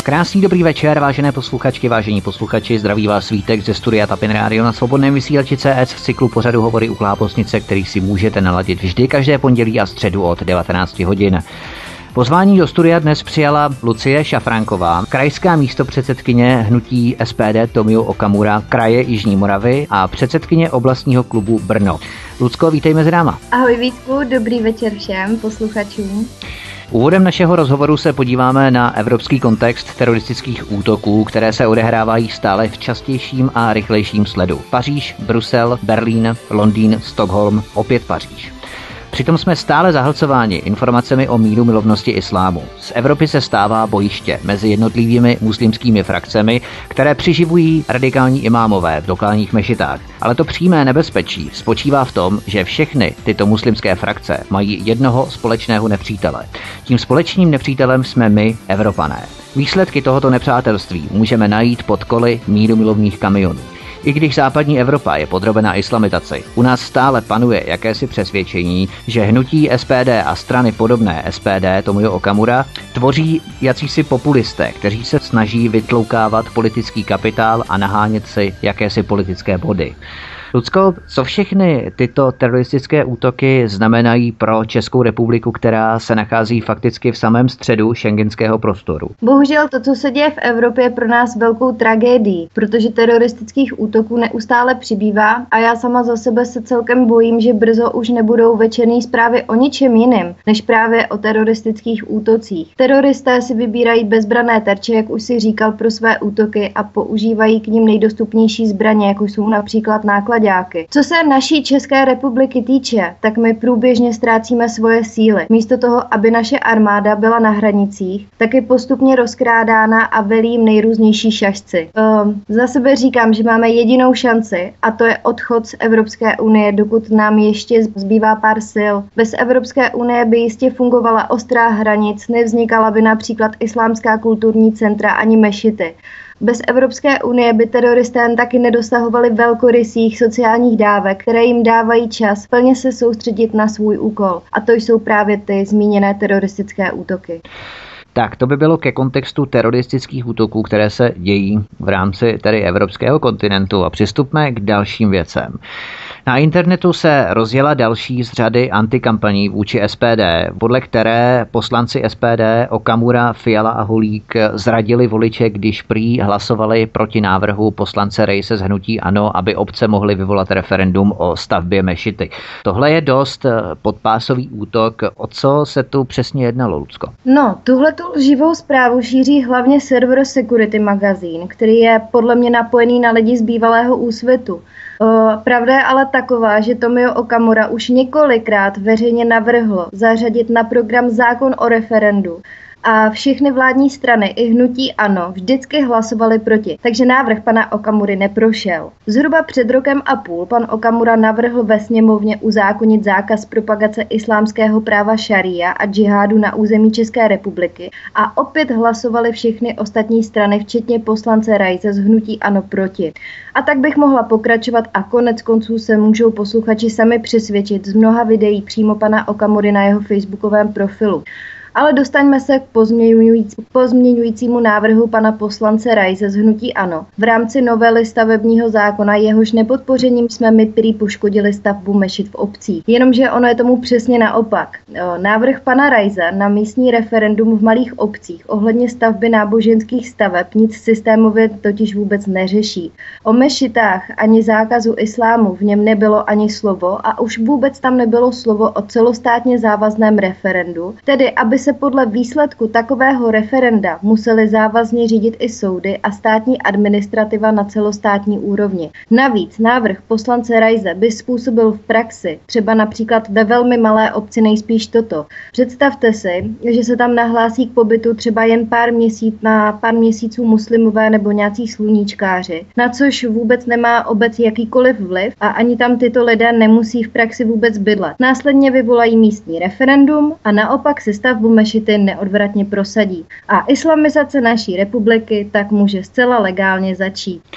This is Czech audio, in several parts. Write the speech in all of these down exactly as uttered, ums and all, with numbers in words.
Krásný dobrý večer, vážené posluchačky, vážení posluchači, zdraví vás Vítek ze studia Tapin Radio na svobodném vysílači C S v cyklu pořadu Hovory u Klábosnice, který si můžete naladit vždy každé pondělí a středu od devatenáct hodin. Pozvání do studia dnes přijala Lucie Šafránková, krajská místopředsedkyně hnutí S P D Tomio Okamura kraje Jižní Moravy a předsedkyně oblastního klubu Brno. Lucko, vítej mezi náma. Ahoj Vítku, dobrý večer všem posluchačům. Úvodem našeho rozhovoru se podíváme na evropský kontext teroristických útoků, které se odehrávají stále v častějším a rychlejším sledu. Paříž, Brusel, Berlín, Londýn, Stockholm, opět Paříž. Přitom jsme stále zahlcováni informacemi o míru milovnosti islámu. Z Evropy se stává bojiště mezi jednotlivými muslimskými frakcemi, které přiživují radikální imámové v lokálních mešitách. Ale to přímé nebezpečí spočívá v tom, že všechny tyto muslimské frakce mají jednoho společného nepřítele. Tím společným nepřítelem jsme my, Evropané. Výsledky tohoto nepřátelství můžeme najít pod koly mírumilovných kamionů. I když západní Evropa je podrobena islamitaci, u nás stále panuje jakési přesvědčení, že hnutí S P D a strany podobné S P D Tomio Okamura tvoří jacísi populisté, kteří se snaží vytloukávat politický kapitál a nahánět si jakési politické body. Lucko, co všechny tyto teroristické útoky znamenají pro Českou republiku, která se nachází fakticky v samém středu schengenského prostoru? Bohužel to, co se děje v Evropě, je pro nás velkou tragédií, protože teroristických útoků neustále přibývá a já sama za sebe se celkem bojím, že brzo už nebudou večerní zprávy o ničem jiném, než právě o teroristických útocích. Teroristé si vybírají bezbranné terče, jak už si říkal, pro své útoky a používají k nim nejdostupnější zbraně, jako jsou například náklady. Co se naší České republiky týče, tak my průběžně ztrácíme svoje síly. Místo toho, aby naše armáda byla na hranicích, tak je postupně rozkrádána a velí jim nejrůznější šašci. Um, za sebe říkám, že máme jedinou šanci a to je odchod z Evropské unie, dokud nám ještě zbývá pár sil. Bez Evropské unie by jistě fungovala ostrá hranic, nevznikala by například islámská kulturní centra ani mešity. Bez Evropské unie by teroristé taky nedosahovali velkorysých sociálních dávek, které jim dávají čas plně se soustředit na svůj úkol. A to jsou právě ty zmíněné teroristické útoky. Tak to by bylo ke kontextu teroristických útoků, které se dějí v rámci tedy evropského kontinentu, a přistupme k dalším věcem. Na internetu se rozjela další z řady antikampaní vůči S P D, podle které poslanci S P D Okamura, Fiala a Holík zradili voliče, když prý hlasovali proti návrhu poslance Raise z hnutí ANO, aby obce mohly vyvolat referendum o stavbě mešity. Tohle je dost podpásový útok. O co se tu přesně jednalo, Lucko? No, tuhletu lživou zprávu šíří hlavně server Security Magazine, který je podle mě napojený na lidi z bývalého Úsvitu. O, pravda je ale taková, že Tomio Okamura už několikrát veřejně navrhl zařadit na program zákon o referendu. A všechny vládní strany i hnutí ANO vždycky hlasovali proti, takže návrh pana Okamury neprošel. Zhruba před rokem a půl pan Okamura navrhl ve sněmovně uzákonit zákaz propagace islámského práva šaría a džihádu na území České republiky a opět hlasovali všechny ostatní strany, včetně poslance Raise z hnutí ANO proti. A tak bych mohla pokračovat a konec konců se můžou posluchači sami přesvědčit z mnoha videí přímo pana Okamury na jeho facebookovém profilu. Ale dostaňme se k pozměňující, pozměňujícímu návrhu pana poslance Raise z hnutí ANO. V rámci novely stavebního zákona, jehož nepodpořením jsme my, který poškodili stavbu mešit v obcích. Jenomže ono je tomu přesně naopak. Návrh pana Raise na místní referendum v malých obcích ohledně stavby náboženských staveb nic systémově totiž vůbec neřeší. O mešitách ani zákazu islámu v něm nebylo ani slovo a už vůbec tam nebylo slovo o celostátně závazném referendu, tedy aby se podle výsledku takového referenda musely závazně řídit i soudy a státní administrativa na celostátní úrovni. Navíc návrh poslance Raise by způsobil v praxi, třeba například ve velmi malé obci nejspíš toto. Představte si, že se tam nahlásí k pobytu třeba jen pár měsíc na pár měsíců muslimové nebo nějací sluníčkáři, na což vůbec nemá obec jakýkoliv vliv a ani tam tyto lidé nemusí v praxi vůbec bydlet. Následně vyvolají místní referendum a naopak se stavbu mešity neodvratně prosadí. A islamizace naší republiky tak může zcela legálně začít.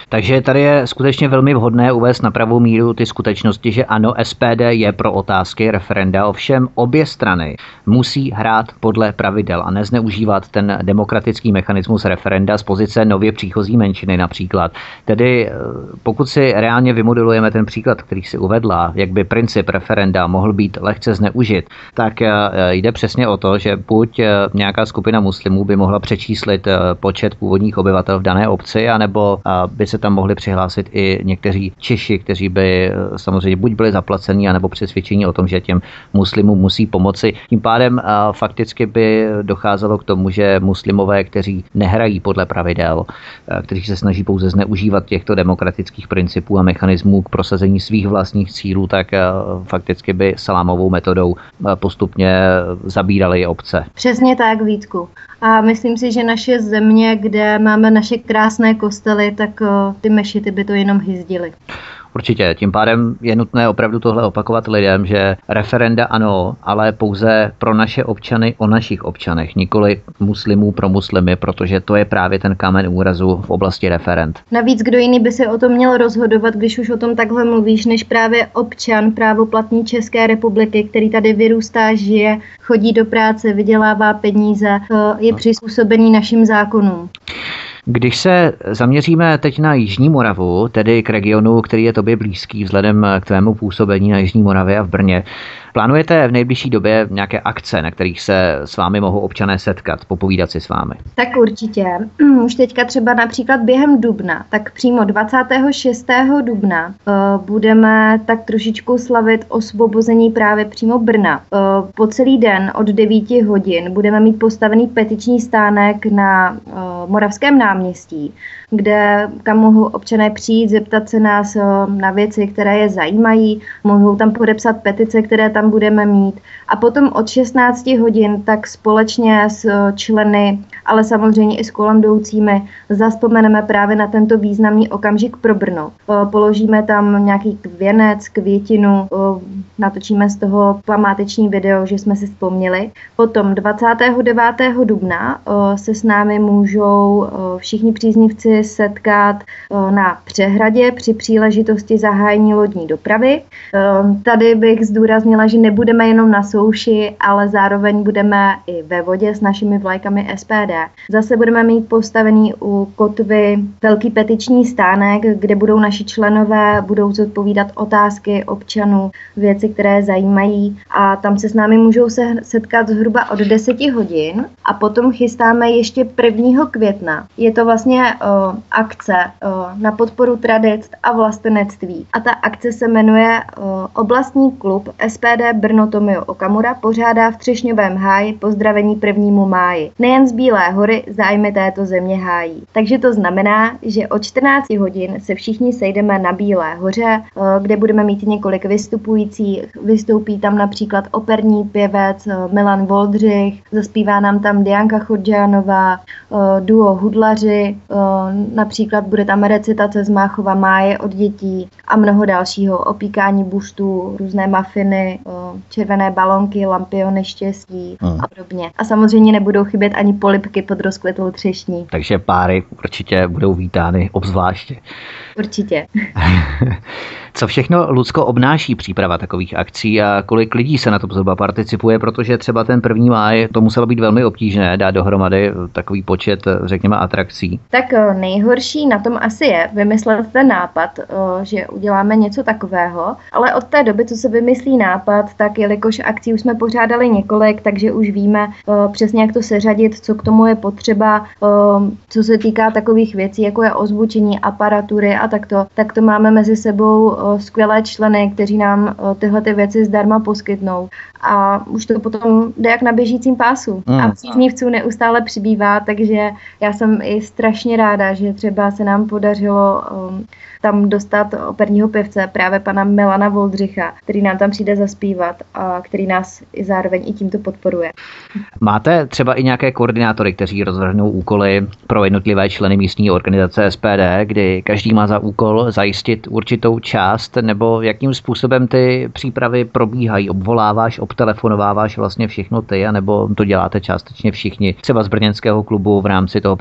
Takže tady je skutečně velmi vhodné uvést na pravou míru ty skutečnosti, že ano, S P D je pro otázky referenda, ovšem obě strany musí hrát podle pravidel a nezneužívat ten demokratický mechanismus referenda z pozice nově příchozí menšiny například. Tedy pokud si reálně vymodelujeme ten příklad, který si uvedla, jak by princip referenda mohl být lehce zneužit, tak jde přesně o to, že buď nějaká skupina muslimů by mohla přečíslit počet původních obyvatel v dané obci, anebo by se tam mohli přihlásit i někteří Češi, kteří by samozřejmě buď byli zaplacení, anebo přesvědčení o tom, že těm muslimům musí pomoci. Tím pádem fakticky by docházelo k tomu, že muslimové, kteří nehrají podle pravidel, kteří se snaží pouze zneužívat těchto demokratických principů a mechanismů k prosazení svých vlastních cílů, tak fakticky by salámovou metodou postupně zabírali obce. Přesně tak, Vítku. A myslím si, že naše země, kde máme naše krásné kostely, tak ty mešity by to jenom hyzdily. Určitě. Tím pádem je nutné opravdu tohle opakovat lidem, že referenda ano, ale pouze pro naše občany o našich občanech, nikoli muslimů pro muslimy, protože to je právě ten kámen úrazu v oblasti referend. Navíc kdo jiný by se o tom měl rozhodovat, když už o tom takhle mluvíš, než právě občan právoplatný České republiky, který tady vyrůstá, žije, chodí do práce, vydělává peníze, je přizpůsobený našim zákonům. Když se zaměříme teď na Jižní Moravu, tedy k regionu, který je tobě blízký vzhledem k tvému působení na Jižní Moravě a v Brně, plánujete v nejbližší době nějaké akce, na kterých se s vámi mohou občané setkat, popovídat si s vámi? Tak určitě. Už teďka třeba například během dubna, tak přímo dvacátého šestého dubna uh, budeme tak trošičku slavit osvobození právě přímo Brna. Uh, po celý den od devíti hodin budeme mít postavený petiční stánek na uh, Moravském náměstí, kde kam mohou občané přijít, zeptat se nás na věci, které je zajímají, mohou tam podepsat petice, které tam budeme mít. A potom od šestnácti hodin tak společně s členy, ale samozřejmě i s kolem jdoucími, zaspomeneme právě na tento významný okamžik pro Brno. Položíme tam nějaký věnec, květinu, natočíme z toho památeční video, že jsme si vzpomněli. Potom dvacátého devátého dubna se s námi můžou všichni příznivci setkat na přehradě při příležitosti zahájení lodní dopravy. Tady bych zdůraznila, že nebudeme jenom na souši, ale zároveň budeme i ve vodě s našimi vlajkami S P D. Zase budeme mít postavený u kotvy velký petiční stánek, kde budou naši členové, budou zodpovídat otázky občanů, věci, které zajímají, a tam se s námi můžou se setkat zhruba od deseti hodin a potom chystáme ještě prvního května. Je to vlastně uh, akce uh, na podporu tradic a vlastenectví. A ta akce se jmenuje uh, Oblastní klub S P D Brno Tomio Okamura pořádá v Třešňovém háji pozdravení prvnímu máji. Nejen z Bílé hory zájmy této země hájí. Takže to znamená, že od čtrnácti hodin se všichni sejdeme na Bílé hoře, uh, kde budeme mít několik vystupujících. Vystoupí tam například operní pěvec uh, Milan Voldřich, zaspívá nám tam Dianka Chodžánová, uh, duo Hudlaři, uh, například bude tam recitace z Máchova máje od dětí a mnoho dalšího, opíkání buštů, různé mafiny, červené balonky, lampiony štěstí hmm. a podobně. A samozřejmě nebudou chybět ani polibky pod rozkvetlou třešní. Takže páry určitě budou vítány obzvláště. Určitě. Co všechno, Lucko, obnáší příprava takových akcí a kolik lidí se na to zhruba participuje, protože třeba ten první máj to muselo být velmi obtížné dát dohromady takový počet, řekněme, atrakcí. Tak nejhorší na tom asi je vymyslet ten nápad, že uděláme něco takového, ale od té doby, co se vymyslí nápad, tak jelikož akcí už jsme pořádali několik, takže už víme přesně, jak to seřadit, co k tomu je potřeba, co se týká takových věcí, jako je ozvučení aparatury a takto, tak to máme mezi sebou skvělé členy, kteří nám tyhle ty věci zdarma poskytnou. A už to potom jde jak na běžícím pásu. Mm. A příznivců neustále přibývá, takže já jsem i strašně ráda, že třeba se nám podařilo um, tam dostat operního pěvce, právě pana Milana Voldřicha, který nám tam přijde zaspívat a který nás i zároveň i tímto podporuje. Máte třeba i nějaké koordinátory, kteří rozvrhnou úkoly pro jednotlivé členy místní organizace S P D, kdy každý má za úkol zajistit určitou část, nebo jakým způsobem ty přípravy probíhají? Obvoláváš, obtelefonováváš vlastně všechno ty, anebo to děláte částečně všichni, třeba z brněnského klubu v rámci toho prvního máje?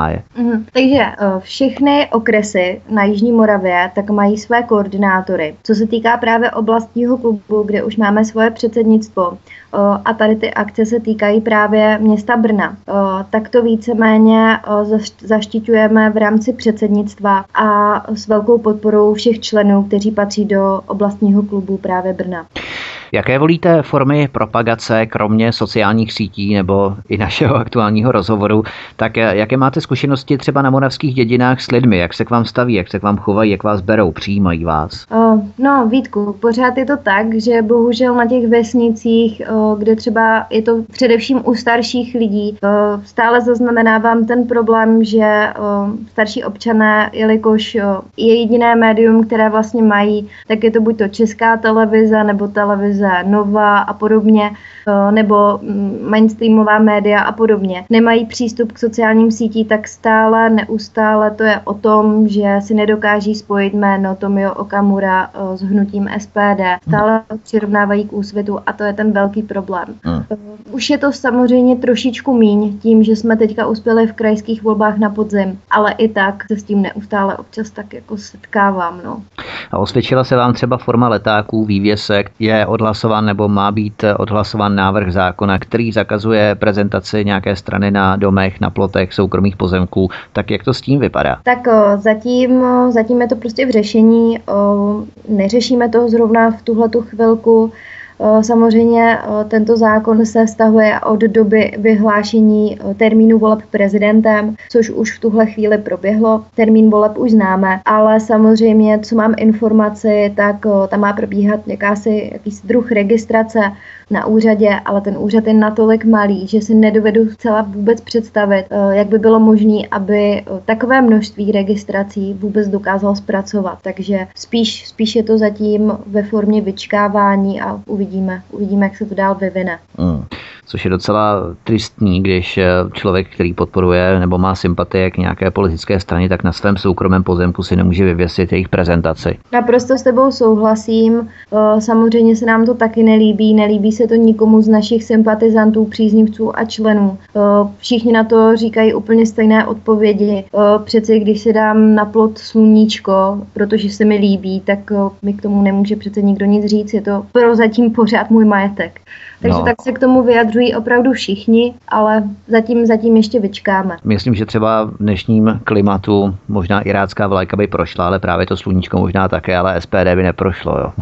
máje. Mm, takže všechny okresy na Jižní Moravě tak mají své koordinátory. Co se týká právě oblastního klubu, kde už máme svoje předsednictvo, a tady ty akce se týkají právě města Brna. Tak to víceméně zaštiťujeme v rámci předsednictva a s velkou podporou všech členů, kteří patří do oblastního klubu právě Brna. Jaké volíte formy propagace, kromě sociálních sítí nebo i našeho aktuálního rozhovoru, tak jaké máte zkušenosti třeba na moravských dědinách s lidmi, jak se k vám staví, jak se k vám chovají, jak vás berou, přijímají vás? No Vítku, pořád je to tak, že bohužel na těch vesnicích, kde třeba je to především u starších lidí, stále zaznamenávám ten problém, že starší občané, jelikož je jediné médium, které vlastně mají, tak je to buď to Česká televize nebo televize Nova a podobně, nebo mainstreamová média a podobně. Nemají přístup k sociálním sítím, tak stále, neustále to je o tom, že si nedokáží spojit jméno Tomio Okamura s hnutím S P D. Stále přirovnávají k Úsvitu a to je ten velký problém. Hmm. Už je to samozřejmě trošičku míň tím, že jsme teďka uspěli v krajských volbách na podzim, ale i tak se s tím neustále občas tak jako setkávám. No. A osvědčila se vám třeba forma letáků, vývěsek, je odhlasován nebo má být odhlasován návrh zákona, který zakazuje prezentaci nějaké strany na domech, na plotech soukromých pozemků, tak jak to s tím vypadá? Tak o, zatím, o, zatím je to prostě v řešení, o, neřešíme to zrovna v tuhletu chvilku. Samozřejmě tento zákon se vztahuje od doby vyhlášení termínu voleb prezidentem, což už v tuhle chvíli proběhlo. Termín voleb už známe, ale samozřejmě, co mám informaci, tak tam má probíhat jakási, jakýsi druh registrace na úřadě, ale ten úřad je natolik malý, že si nedovedu zcela vůbec představit, jak by bylo možné, aby takové množství registrací vůbec dokázal zpracovat. Takže spíš, spíš je to zatím ve formě vyčkávání a uvidíme, uvidíme, jak se to dál vyvine. Hmm. Což je docela tristní, když člověk, který podporuje nebo má sympatie k nějaké politické straně, tak na svém soukromém pozemku si nemůže vyvěsit jejich prezentaci. Naprosto s tebou souhlasím. Samozřejmě se nám to taky nelíbí. Nelíbí se to nikomu z našich sympatizantů, příznivců a členů. Všichni na to říkají úplně stejné odpovědi. Přeci když si dám na plot sluníčko, protože se mi líbí, tak mi k tomu nemůže přece nikdo nic říct. Je to prozatím pořád můj majetek. Takže no. Tak se k tomu vyjadřují opravdu všichni, ale zatím, zatím ještě vyčkáme. Myslím, že třeba v dnešním klimatu možná irácká vlajka by prošla, ale právě to sluníčko možná také, ale S P D by neprošlo. Jo.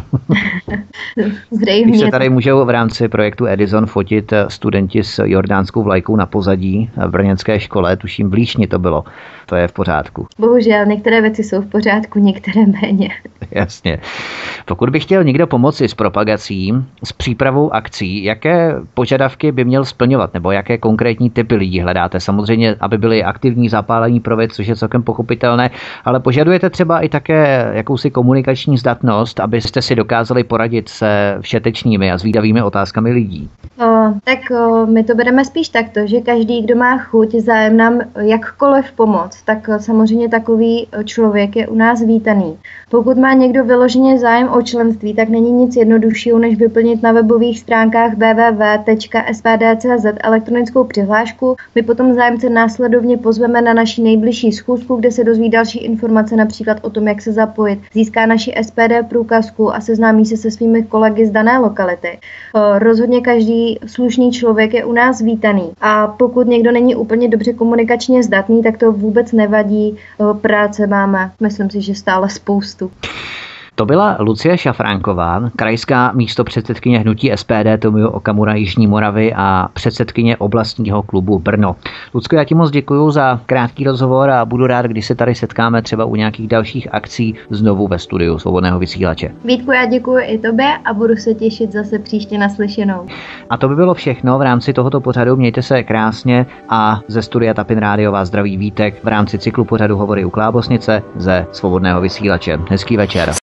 Zřejmě. Když se tady můžou v rámci projektu Edison fotit studenti s jordánskou vlajkou na pozadí v brněnské škole, tuším v Líšni to bylo, to je v pořádku. Bohužel, některé věci jsou v pořádku, některé méně. Jasně. Pokud by chtěl někdo pomoci s propagací, s přípravou akcí, jaké požadavky by měl splňovat, nebo jaké konkrétní typy lidí hledáte? Samozřejmě, aby byli aktivní, zapálení pro věc, což je celkem pochopitelné, ale požadujete třeba i také jakousi komunikační zdatnost, abyste si dokázali poradit se všetečnými a zvídavými otázkami lidí. O, tak o, my to bereme spíš takto, že každý, kdo má chuť zájem nám jakkoliv pomoct, tak samozřejmě takový člověk je u nás vítaný. Pokud má někdo vyloženě zájem o členství, tak není nic jednoduššího, než vyplnit na webových stránkách w w w tečka s p d tečka c z elektronickou přihlášku. My potom zájemce následovně pozveme na naši nejbližší schůzku, kde se dozví další informace, například o tom, jak se zapojit. Získá naši S P D průkazku a seznámí se se svými kolegy z dané lokality. Rozhodně každý slušný člověk je u nás vítaný. A pokud někdo není úplně dobře komunikačně zdatný, tak to vůbec nevadí. Práce máme, myslím si, že stále spoustu. To byla Lucie Šafránková, krajská místopředsedkyně hnutí S P D Tomio Okamura Jižní Moravy a předsedkyně oblastního klubu Brno. Lucko, já ti moc děkuju za krátký rozhovor a budu rád, když se tady setkáme třeba u nějakých dalších akcí znovu ve studiu Svobodného vysílače. Vítku, já děkuji i tobě a budu se těšit zase příště naslyšenou. A to by bylo všechno v rámci tohoto pořadu. Mějte se krásně a ze studia Tapin Rádio vás zdraví Vítek v rámci cyklu pořadu Hovory u Klábosnice ze Svobodného vysílače. Hezký večer.